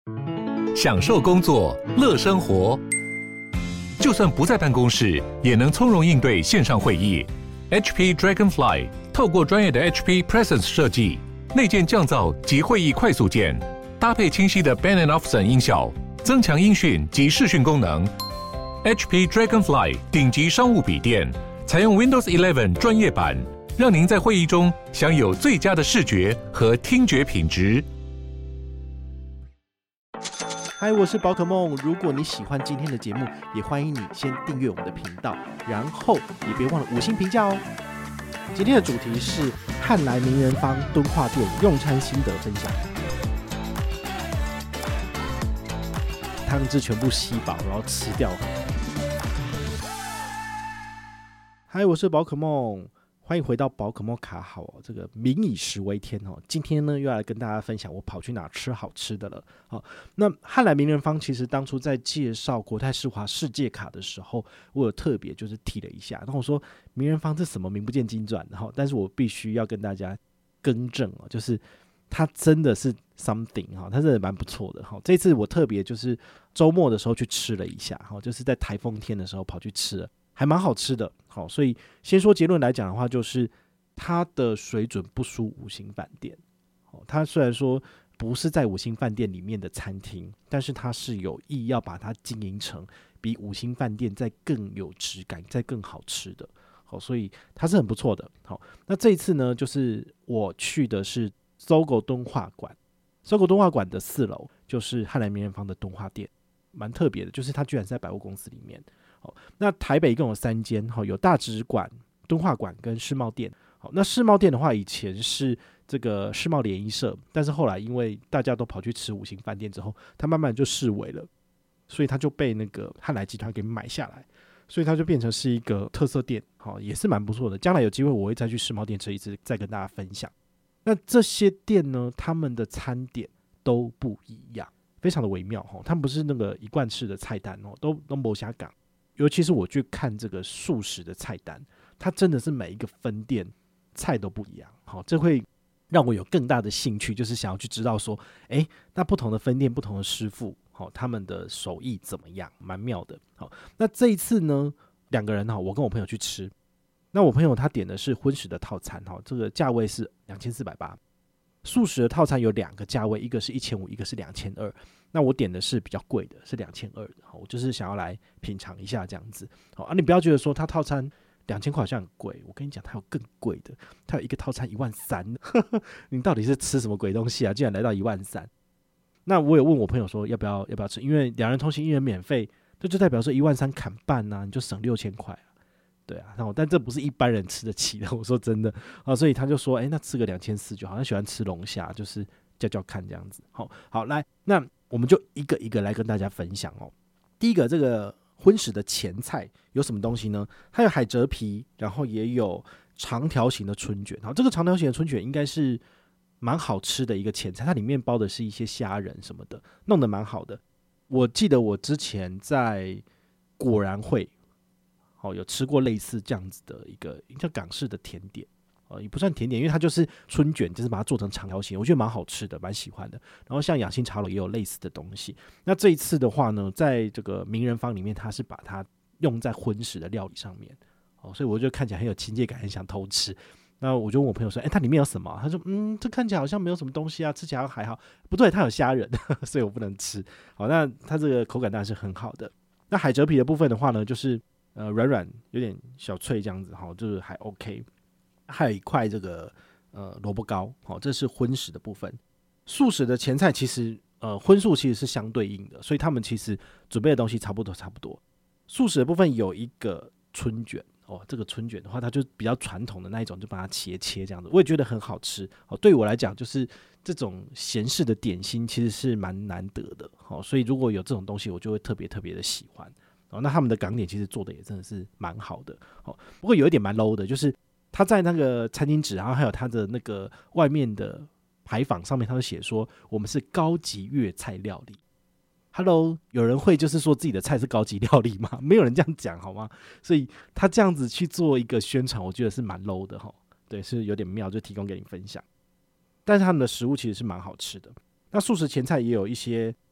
享受工作，乐生活。就算不在办公室，也能从容应对线上会议。HP Dragonfly 透过专业的 HP Presence 设计，内建降噪及会议快速键，搭配清晰的 Bang & Olufsen 音效，增强音讯及视讯功能。HP Dragonfly 顶级商务笔电，采用 Windows 11专业版，让您在会议中享有最佳的视觉和听觉品质。 嗨，我是宝可梦。如果你喜欢今天的节目，也欢迎你先订阅我们的频道，然后也别忘了5星评价哦。今天的主题是汉来名人坊敦化店用餐心得分享。汤汁全部吸饱，然后吃掉。嗨，我是宝可梦。欢迎回到宝可梦卡好哦，这个民以食为天哦。今天呢，又要来跟大家分享我跑去哪吃好吃的了。好，那汉来名人坊其实当初在介绍国泰世华世界卡的时候，我有特别就是提了一下，然后我说名人坊这什么名不见经传，然后但是我必须要跟大家更正哦，就是它真的是 something 哈，它真的蛮不错的哈。这次我特别就是周末的时候去吃了一下哈，就是在台风天的时候跑去吃了。还蛮好吃的，好，所以先说结论来讲的话，就是它的水准不输5星饭店。它虽然说不是在5星饭店里面的餐厅，但是它是有意要把它经营成比5星饭店再更有质感、再更好吃的。好，所以它是很不错的。好，那这一次呢，就是我去的是SOGO敦化馆，SOGO敦化馆的4楼就是汉来名人坊的敦化店，蛮特别的，就是它居然是在百货公司里面。那台北一共有3间，有大直馆、敦化馆跟世贸店。那世贸店的话，以前是这个世贸联谊社，但是后来因为大家都跑去吃5星饭店之后，它慢慢就式微了，所以它就被那个汉来集团给买下来，所以它就变成是一个特色店，也是蛮不错的。将来有机会我会再去世贸店吃一次，再跟大家分享。那这些店呢，他们的餐点都不一样，非常的微妙，他们不是那个一贯式的菜单，都没瞎讲。尤其是我去看这个素食的菜单，它真的是每一个分店菜都不一样，这会让我有更大的兴趣，就是想要去知道说，那不同的分店、不同的师傅，他们的手艺怎么样，蛮妙的。那这一次呢，2个人，我跟我朋友去吃，那我朋友他点的是荤食的套餐，这个价位是2480，素食的套餐有2个价位，一个是1500，一个是2200。那我点的是比较贵的，是2200的，我就是想要来品尝一下这样子。你不要觉得说它套餐2000块好像很贵，我跟你讲，它有更贵的，它有一个套餐13000，你到底是吃什么鬼东西啊？竟然来到13000。那我有问我朋友说要不要吃，因为2人同行1人免费，这就代表说13000砍半啊，你就省6000块啊。对啊，但这不是一般人吃得起的，我说真的啊，所以他就说，那吃个2400就好，像喜欢吃龙虾，就是叫看这样子。好，来，那我们就一个一个来跟大家分享哦。第一个，这个荤食的前菜有什么东西呢？它有海蜇皮，然后也有长条形的春卷。好，这个长条形的春卷应该是蛮好吃的一个前菜，它里面包的是一些虾仁什么的，弄得蛮好的。我记得我之前在果然会有吃过类似这样子的一个叫港式的甜点。也不算甜点，因为它就是春卷，就是把它做成长条形，我觉得蛮好吃的，蛮喜欢的。然后像养心茶楼也有类似的东西。那这一次的话呢，在这个名人坊里面，它是把它用在荤食的料理上面，所以我就看起来很有亲切感，很想偷吃。那我就问我朋友说，它里面有什么？他说，这看起来好像没有什么东西啊，吃起来还好。不对，它有虾仁，所以我不能吃。好，那它这个口感当然是很好的。那海蜇皮的部分的话呢，就是软软，有点小脆这样子，就是还 OK。还有一块这个萝卜糕，这是荤食的部分。素食的前菜其实荤素其实是相对应的，所以他们其实准备的东西差不多。素食的部分有一个春卷，这个春卷的话，它就比较传统的那一种，就把它切这样子，我也觉得很好吃。对我来讲，就是这种咸式的点心其实是蛮难得的，所以如果有这种东西，我就会特别的喜欢。那他们的港点其实做的也真的是蛮好的，不过有一点蛮 low 的，就是他在那个餐巾纸，然后还有他的那个外面的牌坊上面，他就写说我们是高级粤菜料理。Hello， 有人会就是说自己的菜是高级料理吗？没有人这样讲好吗？所以他这样子去做一个宣传，我觉得是蛮 low 的齁。对，是有点妙，就提供给你分享。但是他们的食物其实是蛮好吃的。那素食前菜也有一些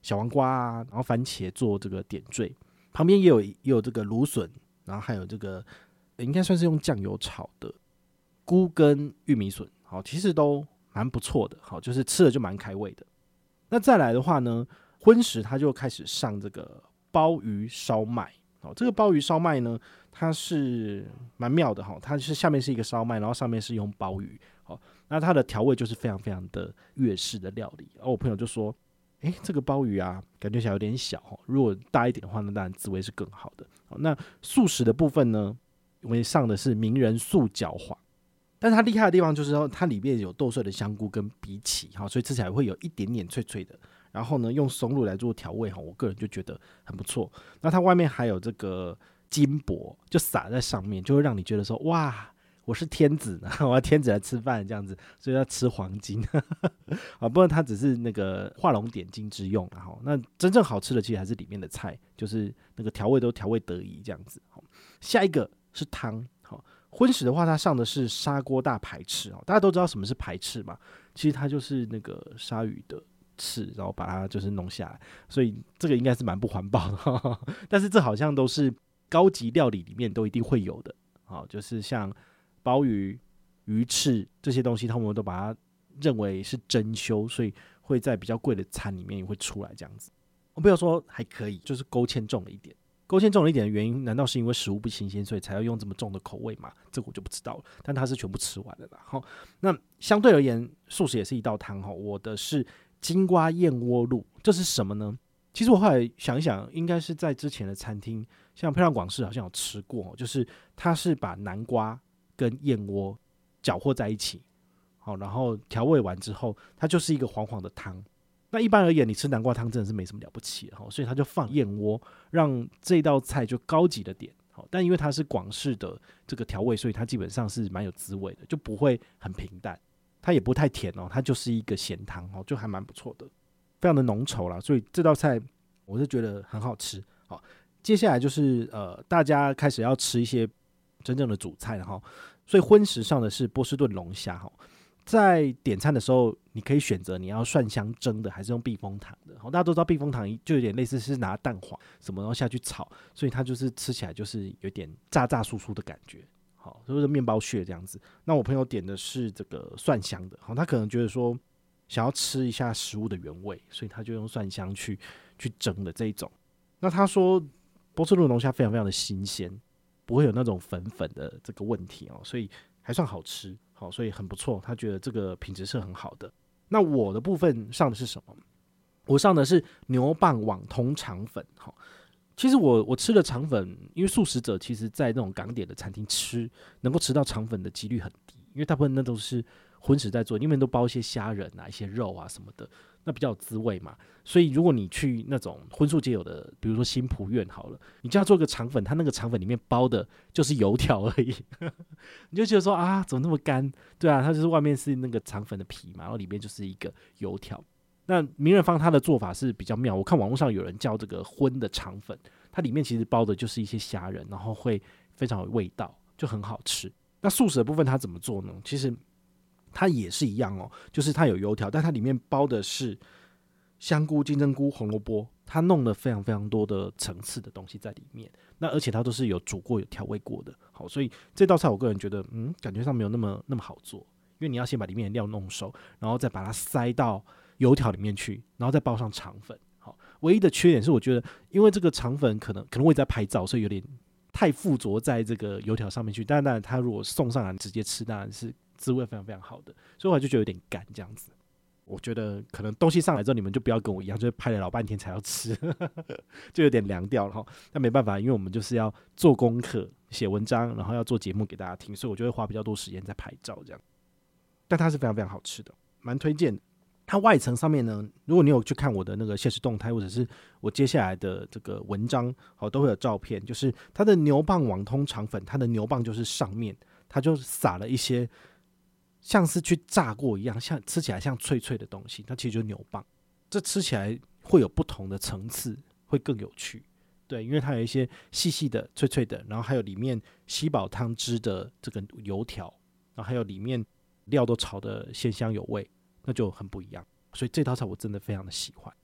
小黄瓜啊，然后番茄做这个点缀，旁边也有这个芦笋，然后还有这个应该算是用酱油炒的菇跟玉米笋，好，其实都蛮不错的，好，就是吃了就蛮开胃的。那再来的话呢，荤食它就开始上这个鲍鱼烧麦，好，这个鲍鱼烧麦呢，它是蛮妙的哈，它是下面是一个烧麦，然后上面是用鲍鱼，好，那它的调味就是非常非常的粤式的料理。而我朋友就说，这个鲍鱼啊，感觉起来有点小，如果大一点的话，那当然滋味是更好的。好，那素食的部分呢，我们上的是名人素饺黄，但是它厉害的地方就是说，它里面有剁碎的香菇跟荸荠，所以吃起来会有一点点脆脆的。然后呢，用松露来做调味，我个人就觉得很不错。那它外面还有这个金箔，就撒在上面，就会让你觉得说，哇，我是天子呢，我要天子来吃饭这样子，所以要吃黄金啊，不然它只是那个画龙点睛之用。然后，那真正好吃的其实还是里面的菜，就是那个调味都调味得宜这样子。下一个是汤，荤食的话，它上的是砂锅大排翅，大家都知道什么是排翅嘛？其实它就是那个鲨鱼的翅，然后把它就是弄下来，所以这个应该是蛮不环保的但是这好像都是高级料理里面都一定会有的，就是像鲍鱼、鱼翅这些东西，他们都把它认为是珍馐，所以会在比较贵的餐里面也会出来这样子。我不要说还可以，就是勾芡重了一点。勾芡重了一点的原因，难道是因为食物不新鲜，所以才要用这么重的口味吗？这个我就不知道了。但它是全部吃完了啦。那相对而言，素食也是一道汤。我的是金瓜燕窝露，这是什么呢？其实我后来想一想，应该是在之前的餐厅，像漂亮广式好像有吃过，就是它是把南瓜跟燕窝搅和在一起，然后调味完之后，它就是一个黄黄的汤。那一般而言，你吃南瓜汤真的是没什么了不起的，所以他就放燕窝，让这道菜就高级了点。但因为它是广式的这个调味，所以它基本上是蛮有滋味的，就不会很平淡，它也不太甜它就是一个咸汤就还蛮不错的，非常的浓稠啦。所以这道菜我是觉得很好吃。好，接下来就是大家开始要吃一些真正的主菜了所以荤食上的是波士顿龙虾在点餐的时候，你可以选择你要蒜香蒸的还是用避风塘的。大家都知道避风塘就有点类似是拿蛋黄什么然后下去炒，所以它就是吃起来就是有点炸炸酥酥的感觉，就是面包屑这样子。那我朋友点的是这个蒜香的，他可能觉得说想要吃一下食物的原味，所以他就用蒜香去蒸的这一种。那他说波士顿龙虾非常非常的新鲜，不会有那种粉粉的这个问题所以还算好吃。所以很不错，他觉得这个品质是很好的。那我的部分上的是什么？我上的是牛蒡网通肠粉。其实我吃的肠粉，因为素食者其实在那种港点的餐厅能够吃到肠粉的几率很低，因为大部分那都是荤食在做，里面都包一些虾仁啊、一些肉啊什么的，那比较有滋味嘛。所以如果你去那种荤素皆有的，比如说新蒲苑好了，你叫他做个肠粉，他那个肠粉里面包的就是油条而已你就觉得说啊，怎么那么干？对啊，它就是外面是那个肠粉的皮嘛，然后里面就是一个油条。那名人坊他的做法是比较妙，我看网络上有人叫这个荤的肠粉，它里面其实包的就是一些虾仁，然后会非常有味道，就很好吃。那素食的部分它怎么做呢？其实它也是一样就是它有油条，但它里面包的是香菇、金针菇、红萝卜，它弄了非常非常多的层次的东西在里面。那而且它都是有煮过、有调味过的。好，所以这道菜我个人觉得，感觉上没有那么好做，因为你要先把里面的料弄熟，然后再把它塞到油条里面去，然后再包上肠粉。好，唯一的缺点是我觉得，因为这个肠粉可能我也在拍照，所以有点太附着在这个油条上面去。当然，它如果送上来直接吃，当然是滋味非常非常好的，所以我就觉得有点干这样子。我觉得可能东西上来之后，你们就不要跟我一样，就是拍了老半天才要吃就有点凉掉了但没办法，因为我们就是要做功课、写文章，然后要做节目给大家听，所以我就会花比较多时间在拍照这样。但它是非常非常好吃的，蛮推荐的。它外层上面呢，如果你有去看我的那个现实动态，或者是我接下来的这个文章都会有照片，就是它的牛蒡网通肠粉，它的牛蒡就是上面它就撒了一些像是去炸过一样，像吃起来像脆脆的东西，它其实就是牛蒡。这吃起来会有不同的层次，会更有趣。对，因为它有一些细细的、脆脆的，然后还有里面吸饱汤汁的这个油条，然后还有里面料都炒的鲜香有味，那就很不一样。所以这道菜我真的非常的喜欢。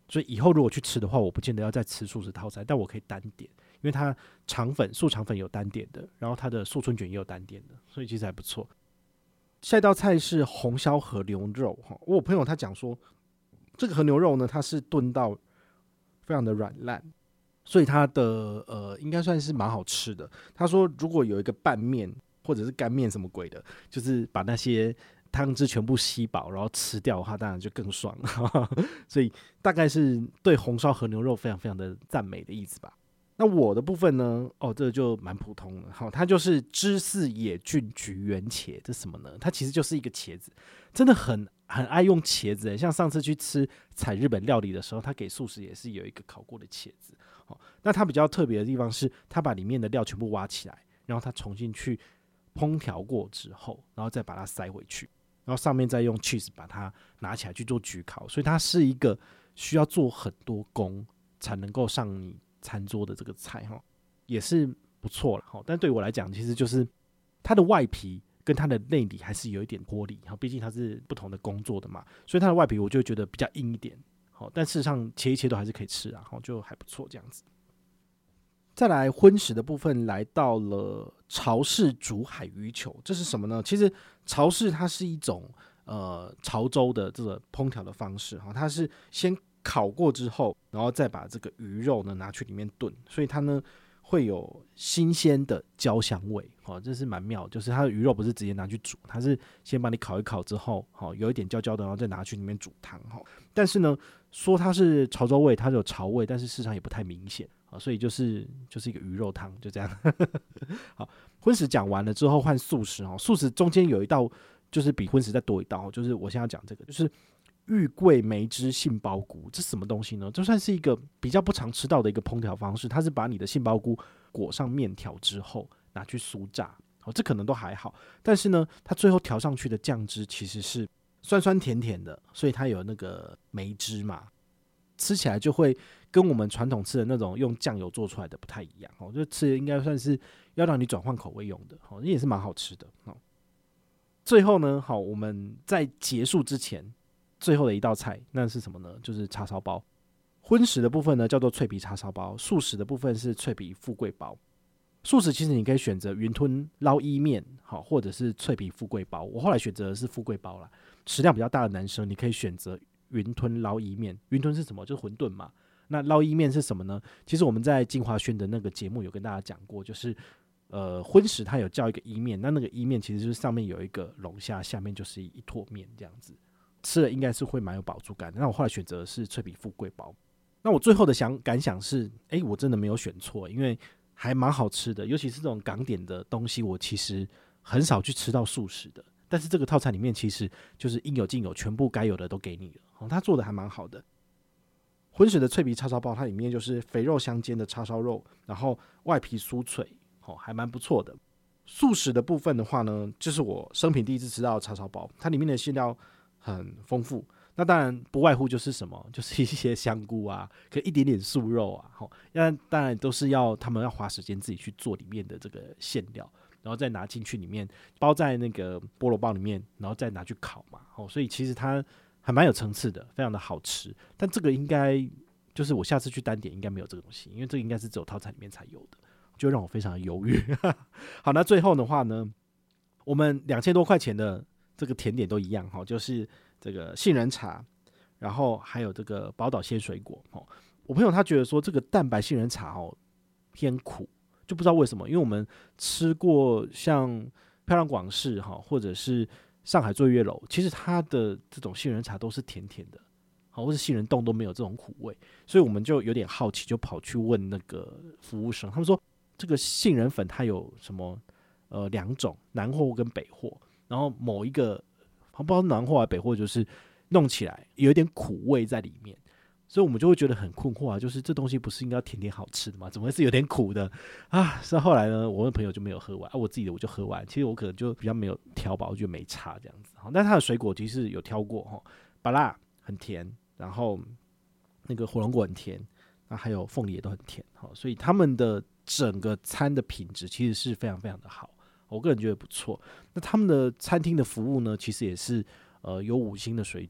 所以以后如果去吃的话，我不见得要再吃素食套餐，但我可以单点，因为它素肠粉有单点的，然后它的素春卷也有单点的，所以其实还不错。下一道菜是红烧和牛肉，我朋友他讲说，这个和牛肉呢，它是炖到非常的软烂，所以它的应该算是蛮好吃的。他说，如果有一个拌面或者是干面什么鬼的，就是把那些汤汁全部吸饱，然后吃掉的话，当然就更爽了。所以大概是对红烧和牛肉非常非常的赞美的意思吧。那我的部分呢？这个就蛮普通的。好，它就是芝士野菌焗圆茄，这是什么呢？它其实就是一个茄子，真的很爱用茄子。像上次去吃采日本料理的时候，他给素食也是有一个烤过的茄子。那它比较特别的地方是，它把里面的料全部挖起来，然后它重新去烹调过之后，然后再把它塞回去，然后上面再用 cheese 把它拿起来去做焗烤，所以它是一个需要做很多工才能够上你餐桌的这个菜，也是不错了。但对我来讲，其实就是它的外皮跟它的内里还是有一点脱离，毕竟它是不同的工作的嘛，所以它的外皮我就会觉得比较硬一点。但事实上切一切都还是可以吃啊，就还不错这样子。再来荤食的部分，来到了潮式煮海鱼球，这是什么呢？其实潮式它是一种潮州的这个烹调的方式，它是先烤过之后，然后再把这个鱼肉呢拿去里面炖，所以它呢会有新鲜的焦香味，这是蛮妙的。就是它的鱼肉不是直接拿去煮，它是先把你烤一烤之后，有一点焦焦的，然后再拿去里面煮汤。但是呢，说它是潮州味，它有潮味，但是事实上也不太明显，所以就是一个鱼肉汤，就这样。好，荤食讲完了之后换素食，素食中间有一道就是比荤食再多一道，就是我现在要讲这个，就是玉桂梅汁杏鲍菇，这是什么东西呢？这算是一个比较不常吃到的一个烹调方式，它是把你的杏鲍菇裹上面条之后拿去酥炸，这可能都还好，但是呢，它最后调上去的酱汁其实是酸酸甜甜的，所以它有那个梅汁嘛，吃起来就会跟我们传统吃的那种用酱油做出来的不太一样，就吃的应该算是要让你转换口味用的，也是蛮好吃的。最后呢，好，我们在结束之前。最后的一道菜，那是什么呢？就是叉烧包。荤食的部分呢叫做脆皮叉烧包，素食的部分是脆皮富贵包。素食其实你可以选择云吞捞意面，好，或者是脆皮富贵包。我后来选择的是富贵包啦。食量比较大的男生，你可以选择云吞捞意面。云吞是什么？就是馄饨嘛。那捞意面是什么呢？其实我们在金华轩的那个节目有跟大家讲过，就是荤食它有叫一个意面，那个意面其实就是上面有一个龙虾，下面就是一坨面这样子。吃了应该是会蛮有饱足感的。那我后来选择的是脆皮富贵包。那我最后的感想是，我真的没有选错，因为还蛮好吃的。尤其是这种港点的东西，我其实很少去吃到素食的。但是这个套餐里面其实就是应有尽有，全部该有的都给你了。它做的还蛮好的。荤食的脆皮叉烧包，它里面就是肥肉相间的叉烧肉，然后外皮酥脆，还蛮不错的。素食的部分的话呢，就是我生平第一次吃到的叉烧包，它里面的馅料很丰富，那当然不外乎就是什么，就是一些香菇啊，可一点点素肉啊，那当然都是他们要花时间自己去做里面的这个馅料，然后再拿进去里面包在那个菠萝包里面，然后再拿去烤嘛，所以其实它还蛮有层次的，非常的好吃。但这个应该就是我下次去单点应该没有这个东西，因为这个应该是只有套餐里面才有的，就让我非常的犹豫。好，那最后的话呢，我们2000多块钱的这个甜点都一样，就是这个杏仁茶，然后还有这个宝岛鲜水果。我朋友他觉得说这个蛋白杏仁茶偏苦，就不知道为什么，因为我们吃过像漂亮广式或者是上海醉月楼，其实它的这种杏仁茶都是甜甜的，或是杏仁冻都没有这种苦味，所以我们就有点好奇，就跑去问那个服务生，他们说这个杏仁粉它有什么2种，南货跟北货。然后某一个不知道南货还是北货，就是弄起来有一点苦味在里面，所以我们就会觉得很困惑啊，就是这东西不是应该甜甜好吃的吗？怎么会是有点苦的啊？是后来呢，我的朋友就没有喝完，我自己的我就喝完。其实我可能就比较没有挑吧，我觉得没差这样子。但是它的水果其实有挑过，芭乐很甜，然后那个火龙果很甜，那还有凤梨也都很甜，所以他们的整个餐的品质其实是非常非常的好。我个人觉得不错。那他们的餐厅的服务呢，其实也是有5星的水准，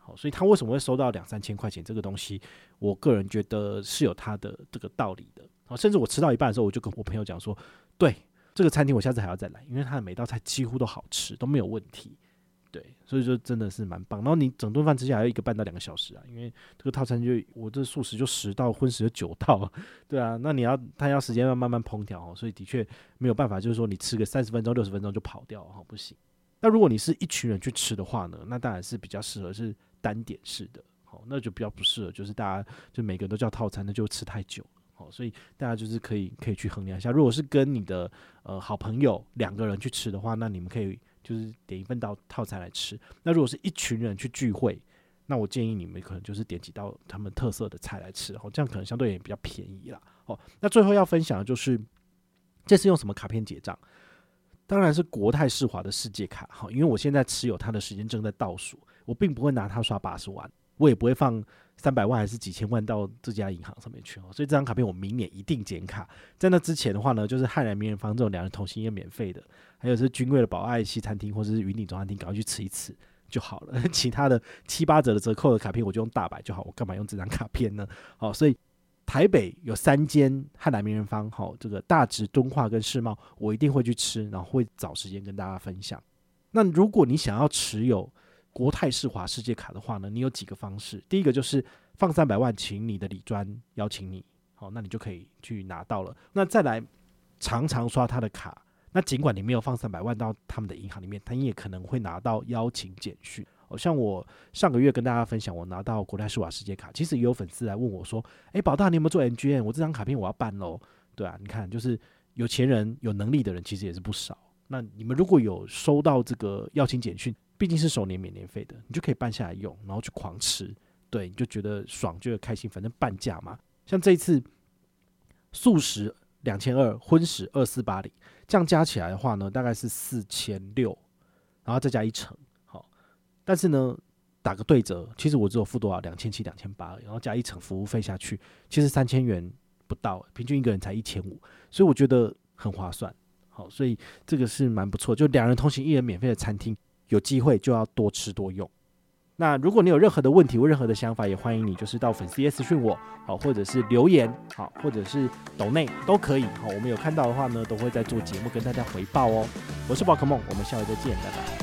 好，所以他为什么会收到2-3千块钱这个东西，我个人觉得是有他的这个道理的。好，甚至我吃到一半的时候，我就跟我朋友讲说，对，这个餐厅我下次还要再来，因为他的每道菜几乎都好吃，都没有问题。对，所以说真的是蛮棒。然后你整顿饭吃下来要1个半到2个小时啊，因为这个套餐就我这素食就10道，荤食就9道，对啊，那他要时间慢慢烹调，所以的确没有办法，就是说你吃个30分钟、60分钟就跑掉，不行。那如果你是一群人去吃的话呢，那当然是比较适合是单点式的，那就比较不适合，就是大家就每个人都叫套餐，那就吃太久了。所以大家就是可以去衡量一下，如果是跟你的好朋友2个人去吃的话，那你们可以就是点1份套餐来吃。那如果是一群人去聚会，那我建议你们可能就是点几道他们特色的菜来吃，这样可能相对也比较便宜啦。那最后要分享的就是这次用什么卡片结账，当然是国泰世华的世界卡，因为我现在持有它的时间正在倒数，我并不会拿它刷80万，我也不会放300万还是几千万到这家银行上面去，所以这张卡片我明年一定剪卡。在那之前的话呢，就是汉来名人坊这种2人同行也免费的，还有是君贵的宝爱西餐厅或者是云顶中餐厅，赶快去吃一次就好了。其他的7-8折的折扣的卡片我就用大白就好，我干嘛用这张卡片呢？所以台北有3间汉来名人坊，这个大直、敦化跟世贸，我一定会去吃，然后会找时间跟大家分享。那如果你想要持有国泰世华世界卡的话呢，你有几个方式。第一个就是放300万，请你的理专邀请你，那你就可以去拿到了。那再来常常刷他的卡，那尽管你没有放300万到他们的银行里面，他也可能会拿到邀请简讯。像我上个月跟大家分享，我拿到国泰世华世界卡，其实也有粉丝来问我说，宝大你有没有做 MGM？ 我这张卡片我要办咯。对啊，你看就是有钱人有能力的人其实也是不少。那你们如果有收到这个邀请简讯，毕竟是首年免年费的，你就可以办下来用，然后去狂吃，对，你就觉得爽，觉得开心，反正半价嘛。像这一次素食2200，荤食2480，这样加起来的话呢，大概是4600，然后再加1成。但是呢，打个对折，其实我只有付多少2700、2800，然后加1成服务费下去，其实3000元不到，平均一个人才1500，所以我觉得很划算。好，所以这个是蛮不错，就2人同行1人免费的餐厅，有机会就要多吃多用。那如果你有任何的问题或任何的想法，也欢迎你就是到粉丝页私讯我，好，或者是留言，好，或者是抖内都可以。好，我们有看到的话呢，都会在做节目跟大家回报哦。我是宝可梦，我们下回再见，拜拜。